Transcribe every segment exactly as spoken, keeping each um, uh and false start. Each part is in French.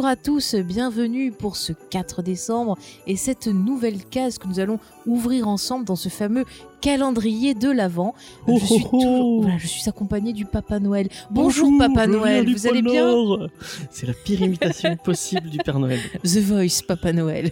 Bonjour à tous, bienvenue pour ce quatre décembre et cette nouvelle case que nous allons ouvrir ensemble dans ce fameux calendrier de l'Avent. Oh, je, suis oh, toujours... oh. voilà, je suis accompagnée du Papa Noël. Bonjour, Bonjour Papa Noël, vous allez bien? C'est la pire imitation possible du Père Noël. The Voice Papa Noël.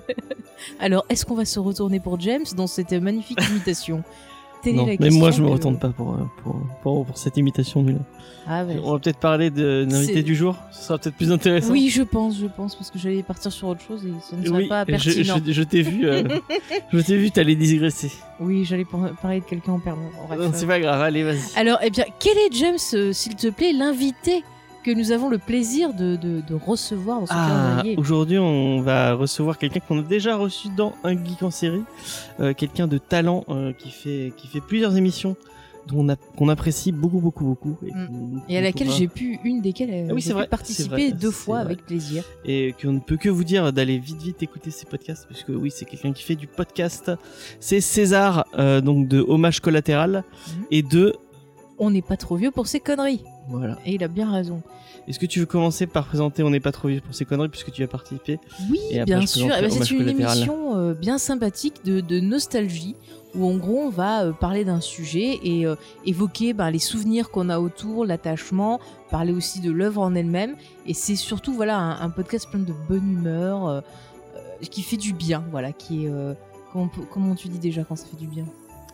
Alors, est-ce qu'on va se retourner pour James dans cette magnifique imitation? Telle Non, est la mais moi je me que... retourne pas pour, pour, pour, pour cette imitation nulle. Ah, ouais. On va peut-être parler de l'invité C'est... du jour, ce sera peut-être plus intéressant. Oui, je pense, je pense, parce que j'allais partir sur autre chose et ce ne serait oui, pas pertinent. Je, je, je t'ai vu, euh, je t'ai vu, t'allais digresser. Oui, j'allais parler de quelqu'un en permanence. Non, c'est pas grave, allez, vas-y. Alors, eh bien, quel est, James, euh, s'il te plaît, l'invité que nous avons le plaisir de, de, de recevoir dans ce ah, calendrier? Aujourd'hui, on va recevoir quelqu'un qu'on a déjà reçu dans Un Geek en série, euh, quelqu'un de talent euh, qui fait qui fait plusieurs émissions dont on a, qu'on apprécie beaucoup beaucoup beaucoup et, mm. et à laquelle va... j'ai pu une desquelles ah oui, j'ai pu participer vrai, deux fois vrai. Avec plaisir. Et qu'on ne peut que vous dire d'aller vite vite écouter ses podcasts parce que oui, c'est quelqu'un qui fait du podcast. C'est César, euh, donc de Hommage Collatéral mm. et de On n'est pas trop vieux pour ces conneries. Voilà. Et il a bien raison. Est-ce que tu veux commencer par présenter On n'est pas trop vieux pour ces conneries puisque tu as participé? Oui, bien sûr. Eh ben, c'est une émission euh, bien sympathique de, de nostalgie où en gros on va euh, parler d'un sujet et euh, évoquer bah, les souvenirs qu'on a autour, l'attachement, parler aussi de l'œuvre en elle-même. Et c'est surtout voilà un, un podcast plein de bonne humeur euh, euh, qui fait du bien. Voilà, qui est euh, comment, comment tu dis déjà quand ça fait du bien?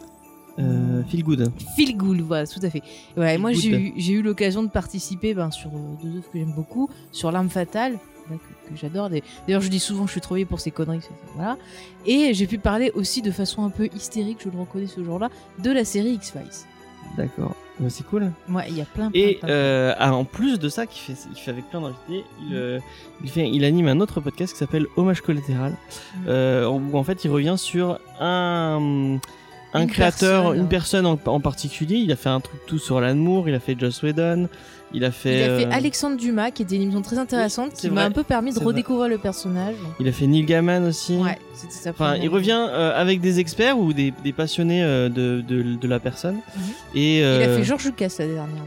Euh, feel good. Feel good, voilà, tout à fait. Ouais, et moi, j'ai eu, j'ai eu l'occasion de participer ben, sur euh, deux œuvres que j'aime beaucoup, sur L'Arme Fatale, là, que, que j'adore. D'ailleurs, je dis souvent, je suis trop vieille pour ces conneries. Voilà. Et j'ai pu parler aussi de façon un peu hystérique, je le reconnais ce jour-là, de la série X-Files. D'accord. Ouais, c'est cool. Ouais, il y a plein, plein, Et plein, euh, ah, en plus de ça, qu'il fait, il fait avec plein d'invités, il, mmh. euh, il, fait, il anime un autre podcast qui s'appelle Hommage Collatéral, mmh. euh, où en fait, il revient sur un... Un une créateur, personne. une personne en, en particulier. Il a fait un truc tout sur l'amour, il a fait Joss Whedon, il a fait... Il a fait euh... Alexandre Dumas, qui était une émission très intéressante, oui, qui m'a un peu permis de redécouvrir vrai. le personnage. Il a fait Neil Gaiman aussi. Ouais, c'était sa enfin, il revient euh, avec des experts ou des, des passionnés euh, de, de, de la personne. Mm-hmm. Et, euh... il a fait George Lucas la dernière.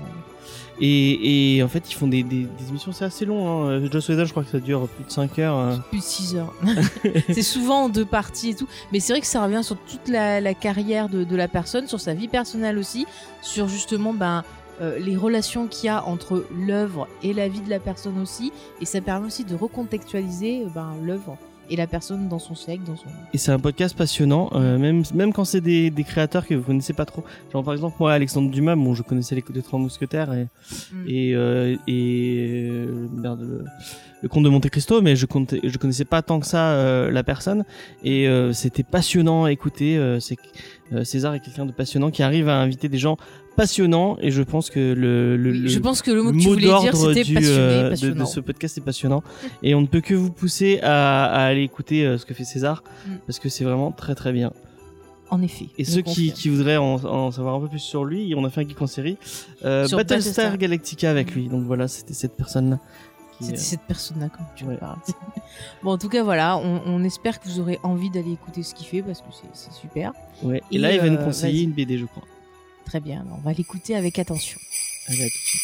Et, et en fait, ils font des, des, des émissions, c'est assez long. Hein. Joss Whedon, je crois que ça dure plus de cinq heures. Hein. Plus de six heures. C'est souvent en deux parties et tout. Mais c'est vrai que ça revient sur toute la, la carrière de, de la personne, sur sa vie personnelle aussi, sur justement ben, euh, les relations qu'il y a entre l'œuvre et la vie de la personne aussi. Et ça permet aussi de recontextualiser ben, l'œuvre et la personne dans son siècle, dans son... Et c'est un podcast passionnant, euh, même, même quand c'est des, des créateurs que vous connaissez pas trop. Genre par exemple moi Alexandre Dumas, bon je connaissais les, les Trois Mousquetaires et mm. et euh, et euh, merde, le, le Comte de Monte Cristo, mais je comptais, je connaissais pas tant que ça euh, la personne et euh, c'était passionnant à écouter. Euh, c'est euh, César est quelqu'un de passionnant qui arrive à inviter des gens passionnant et je pense que le, le, oui, le je pense que le mot que tu voulais dire c'était du, passionné, euh, passionnant. De, de ce podcast est passionnant et on ne peut que vous pousser à, à aller écouter euh, ce que fait César mm. parce que c'est vraiment très très bien. En effet. Et ceux qui, qui voudraient en, en savoir un peu plus sur lui, on a fait un geek en série euh, Battlestar, Battlestar Galactica avec lui, donc voilà, c'était cette personne là. C'était euh... cette personne-là, comme tu ouais. parles. Bon, en tout cas, voilà, on, on espère que vous aurez envie d'aller écouter ce qu'il fait parce que c'est super. Ouais. Et, et là, euh, il va nous conseiller une B D, je crois. Très bien, on va l'écouter avec attention. Allez, à tout de suite.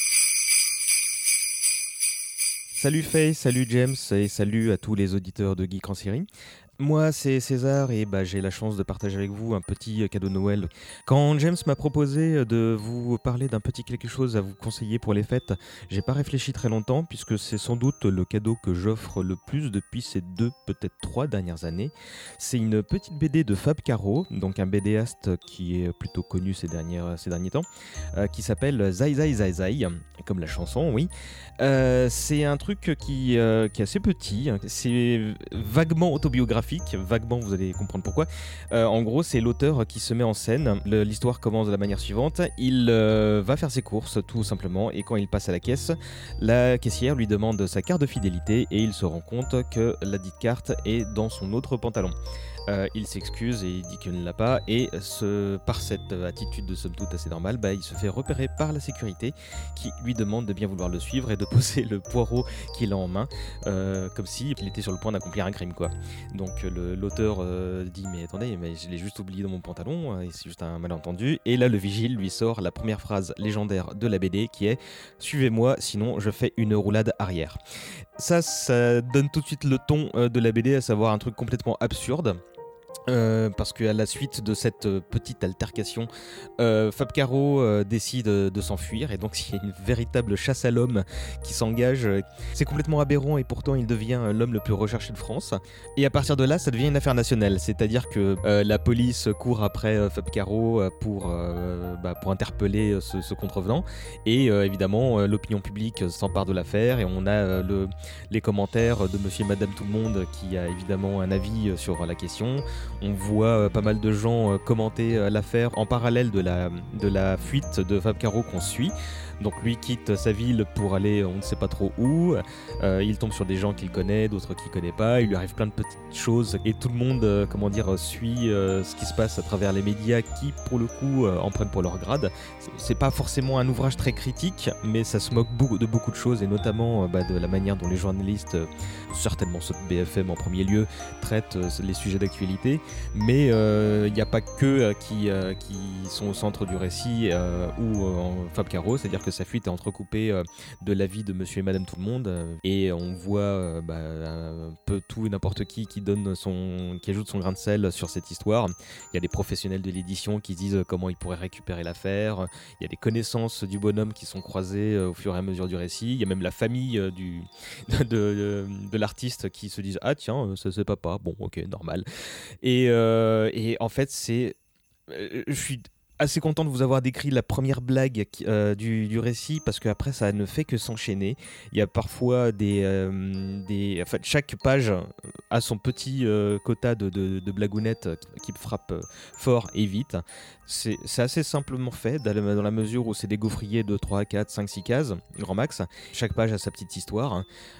Salut Faye, salut James et salut à tous les auditeurs de Geek en série. Moi, c'est César et bah, j'ai la chance de partager avec vous un petit cadeau de Noël. Quand James m'a proposé de vous parler d'un petit quelque chose à vous conseiller pour les fêtes, j'ai pas réfléchi très longtemps puisque c'est sans doute le cadeau que j'offre le plus depuis ces deux, peut-être trois dernières années. C'est une petite B D de Fab Caro, donc un BDaste qui est plutôt connu ces, dernières, ces derniers temps, euh, qui s'appelle Zai Zai Zai Zai, comme la chanson, oui. Euh, c'est un truc qui, euh, qui est assez petit, c'est vaguement autobiographique. Vaguement, vous allez comprendre pourquoi. Euh, en gros, c'est l'auteur qui se met en scène. Le, l'histoire commence de la manière suivante. Il euh, va faire ses courses, tout simplement, et quand il passe à la caisse, la caissière lui demande sa carte de fidélité et il se rend compte que la dite carte est dans son autre pantalon. Euh, il s'excuse et il dit qu'il ne l'a pas et ce, par cette attitude de somme toute assez normale, bah, il se fait repérer par la sécurité qui lui demande de bien vouloir le suivre et de poser le poireau qu'il a en main euh, comme s'il était sur le point d'accomplir un crime quoi. Donc donc le, l'auteur euh, dit mais attendez, mais je l'ai juste oublié dans mon pantalon, et c'est juste un malentendu. Et là le vigile lui sort la première phrase légendaire de la B D qui est « Suivez-moi, sinon je fais une roulade arrière ». Ça, ça donne tout de suite le ton euh, de la B D, à savoir un truc complètement absurde. Euh, parce qu'à la suite de cette euh, petite altercation, euh, Fab Caro euh, décide euh, de s'enfuir, et donc il y a une véritable chasse à l'homme qui s'engage. C'est complètement aberrant, et pourtant il devient euh, l'homme le plus recherché de France. Et à partir de là, ça devient une affaire nationale, c'est-à-dire que euh, la police court après euh, Fab Caro euh, pour, euh, bah, pour interpeller euh, ce, ce contrevenant, et euh, évidemment euh, l'opinion publique s'empare de l'affaire, et on a euh, le, les commentaires de Monsieur et Madame Tout-le-Monde qui a évidemment un avis euh, sur la question. On voit euh, pas mal de gens euh, commenter euh, l'affaire en parallèle de la, de la fuite de Fab Caro qu'on suit. Donc lui quitte sa ville pour aller on ne sait pas trop où, euh, il tombe sur des gens qu'il connaît, d'autres qu'il connaît pas, il lui arrive plein de petites choses et tout le monde euh, comment dire, suit euh, ce qui se passe à travers les médias qui pour le coup euh, en prennent pour leur grade. C'est pas forcément un ouvrage très critique, mais ça se moque beaucoup, de beaucoup de choses, et notamment euh, bah, de la manière dont les journalistes, euh, certainement ceux de B F M en premier lieu, traitent euh, les sujets d'actualité, mais il euh, n'y a pas que euh, qui, euh, qui sont au centre du récit euh, ou euh, Fab Caro, c'est-à-dire que sa fuite est entrecoupée euh, de la vie de Monsieur et Madame Tout-le-Monde, euh, et on voit euh, bah, un peu tout et n'importe qui qui donne son, qui ajoute son grain de sel sur cette histoire. Il y a des professionnels de l'édition qui disent comment ils pourraient récupérer l'affaire. Il y a des connaissances du bonhomme qui sont croisées euh, au fur et à mesure du récit. Il y a même la famille euh, du, de, de, de l'artiste qui se disent ah tiens ça c'est papa, bon ok normal. Et, euh, et en fait c'est, euh, je suis assez content de vous avoir décrit la première blague euh, du, du récit, parce qu'après ça ne fait que s'enchaîner. Il y a parfois des, euh, des en fait, chaque page a son petit euh, quota de, de, de blagounettes qui frappe euh, fort et vite. C'est, c'est assez simplement fait dans la, dans la mesure où c'est des gaufriers de trois, quatre, cinq, six cases, grand max. Chaque page a sa petite histoire.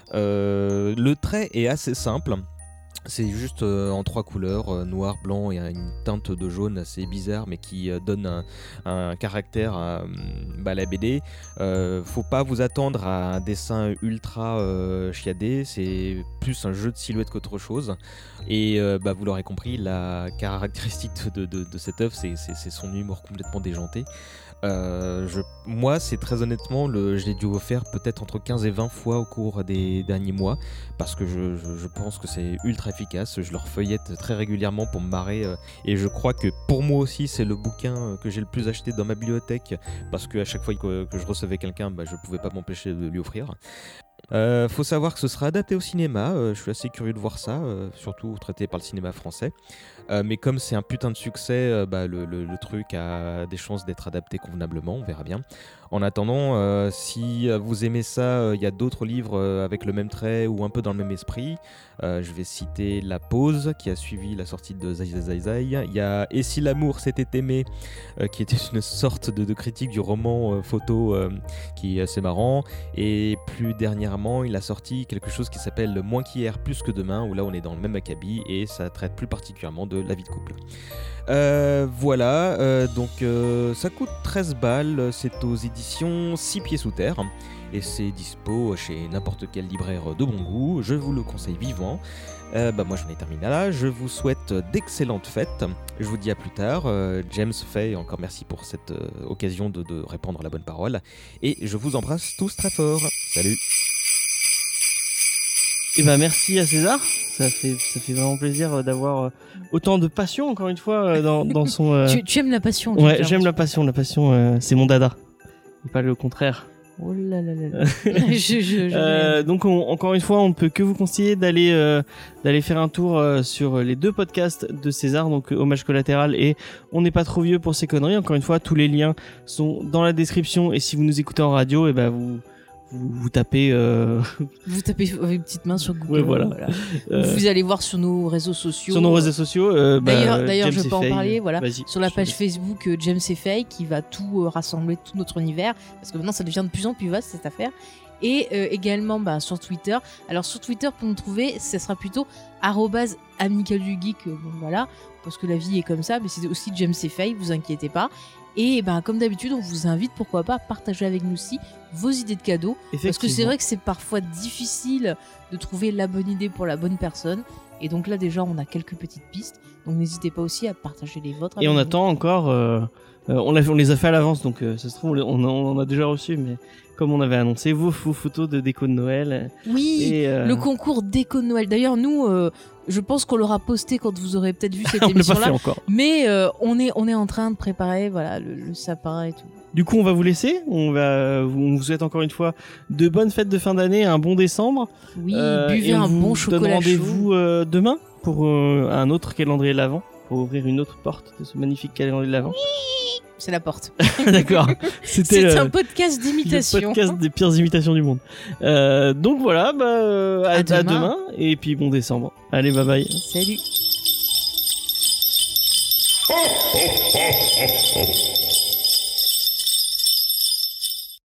Euh, le trait est assez simple. C'est juste euh, en trois couleurs, euh, noir, blanc et une teinte de jaune assez bizarre, mais qui euh, donne un, un caractère à, bah, à la B D. Euh, faut pas vous attendre à un dessin ultra euh, chiadé, c'est plus un jeu de silhouette qu'autre chose. Et euh, bah, vous l'aurez compris, la caractéristique de, de, de cette œuvre, c'est, c'est, c'est son humour complètement déjanté. Euh, je, moi, c'est très honnêtement, le, je l'ai dû refaire peut-être entre quinze et vingt fois au cours des derniers mois, parce que je, je, je pense que c'est ultra efficace. Je le refeuillette très régulièrement pour me marrer, euh, et je crois que pour moi aussi, c'est le bouquin que j'ai le plus acheté dans ma bibliothèque, parce qu'à chaque fois que, que je recevais quelqu'un, bah, je pouvais pas m'empêcher de lui offrir. Euh, faut savoir que ce sera adapté au cinéma, euh, je suis assez curieux de voir ça, euh, surtout traité par le cinéma français. Euh, mais comme c'est un putain de succès, euh, bah, le, le, le truc a des chances d'être adapté convenablement, on verra bien. En attendant, euh, si vous aimez ça, il euh, y a d'autres livres euh, avec le même trait ou un peu dans le même esprit. Euh, je vais citer La Pause, qui a suivi la sortie de Zai Zai Zai Zai. Il y a Et si l'amour s'était aimé, euh, qui était une sorte de, de critique du roman euh, photo euh, qui est assez marrant. Et plus dernièrement, il a sorti quelque chose qui s'appelle Moins qu'hier, plus que demain, où là on est dans le même acabit et ça traite plus particulièrement de la vie de couple. Euh, voilà, euh, donc euh, ça coûte treize balles, c'est aux éditions six pieds sous terre et c'est dispo chez n'importe quel libraire de bon goût, je vous le conseille vivement. Euh, bah moi j'en ai terminé là, je vous souhaite d'excellentes fêtes, je vous dis à plus tard. euh, James, Faye, encore merci pour cette euh, occasion de, de répandre la bonne parole et je vous embrasse tous très fort, salut. Et bah merci à César, ça fait ça fait vraiment plaisir d'avoir autant de passion encore une fois dans dans son. Euh... Tu, tu aimes la passion. Ouais, j'aime la passion, la passion, euh, c'est mon dada, et pas le contraire. Oh là là là là. je, je, je euh, donc on, encore une fois, on ne peut que vous conseiller d'aller euh, d'aller faire un tour euh, sur les deux podcasts de César, donc euh, Hommage Collatéral et On n'est pas trop vieux pour ces conneries. Encore une fois, tous les liens sont dans la description et si vous nous écoutez en radio, et ben vous Vous, vous tapez euh... vous tapez avec une petite main sur Google, ouais, voilà. voilà. Euh... Vous allez voir sur nos réseaux sociaux, sur nos réseaux sociaux euh, d'ailleurs, bah, d'ailleurs James je peux en Faye, parler, voilà, vas-y, sur la page Facebook euh, James et Faye qui va tout euh, rassembler, tout notre univers, parce que maintenant ça devient de plus en plus vaste cette affaire. Et euh, également bah, sur Twitter. Alors sur Twitter, pour nous trouver, ça sera plutôt arobase amical du geek, euh, bon, voilà, parce que la vie est comme ça, mais c'est aussi James et Faye, vous inquiétez pas. Et ben, comme d'habitude, on vous invite, pourquoi pas, à partager avec nous aussi vos idées de cadeaux. Parce que c'est vrai que c'est parfois difficile de trouver la bonne idée pour la bonne personne. Et donc là, déjà, on a quelques petites pistes. Donc n'hésitez pas aussi à partager les vôtres. Et on nous. attend encore... Euh, euh, on, on les a fait à l'avance, donc euh, ça se trouve, on, on en a déjà reçu, mais comme on avait annoncé, vos, vos photos de déco de Noël. Oui, et, euh... le concours déco de Noël. D'ailleurs, nous... Euh, je pense qu'on l'aura posté quand vous aurez peut-être vu cette on émission-là. l'a pas fait encore. Mais euh, on, est, on est en train de préparer voilà, le, le sapin et tout. Du coup, on va vous laisser. On, va, on vous souhaite encore une fois de bonnes fêtes de fin d'année, un bon décembre. Oui, euh, buvez un bon chocolat chaud. On vous donne rendez-vous euh, demain pour euh, un autre calendrier de l'Avent, pour ouvrir une autre porte de ce magnifique calendrier de l'Avent. C'est la porte. D'accord. C'était C'est le, un podcast d'imitation. Le podcast des pires imitations du monde. Euh, donc voilà, bah, à, à, demain. à demain. Et puis bon décembre. Allez, bye bye. Salut.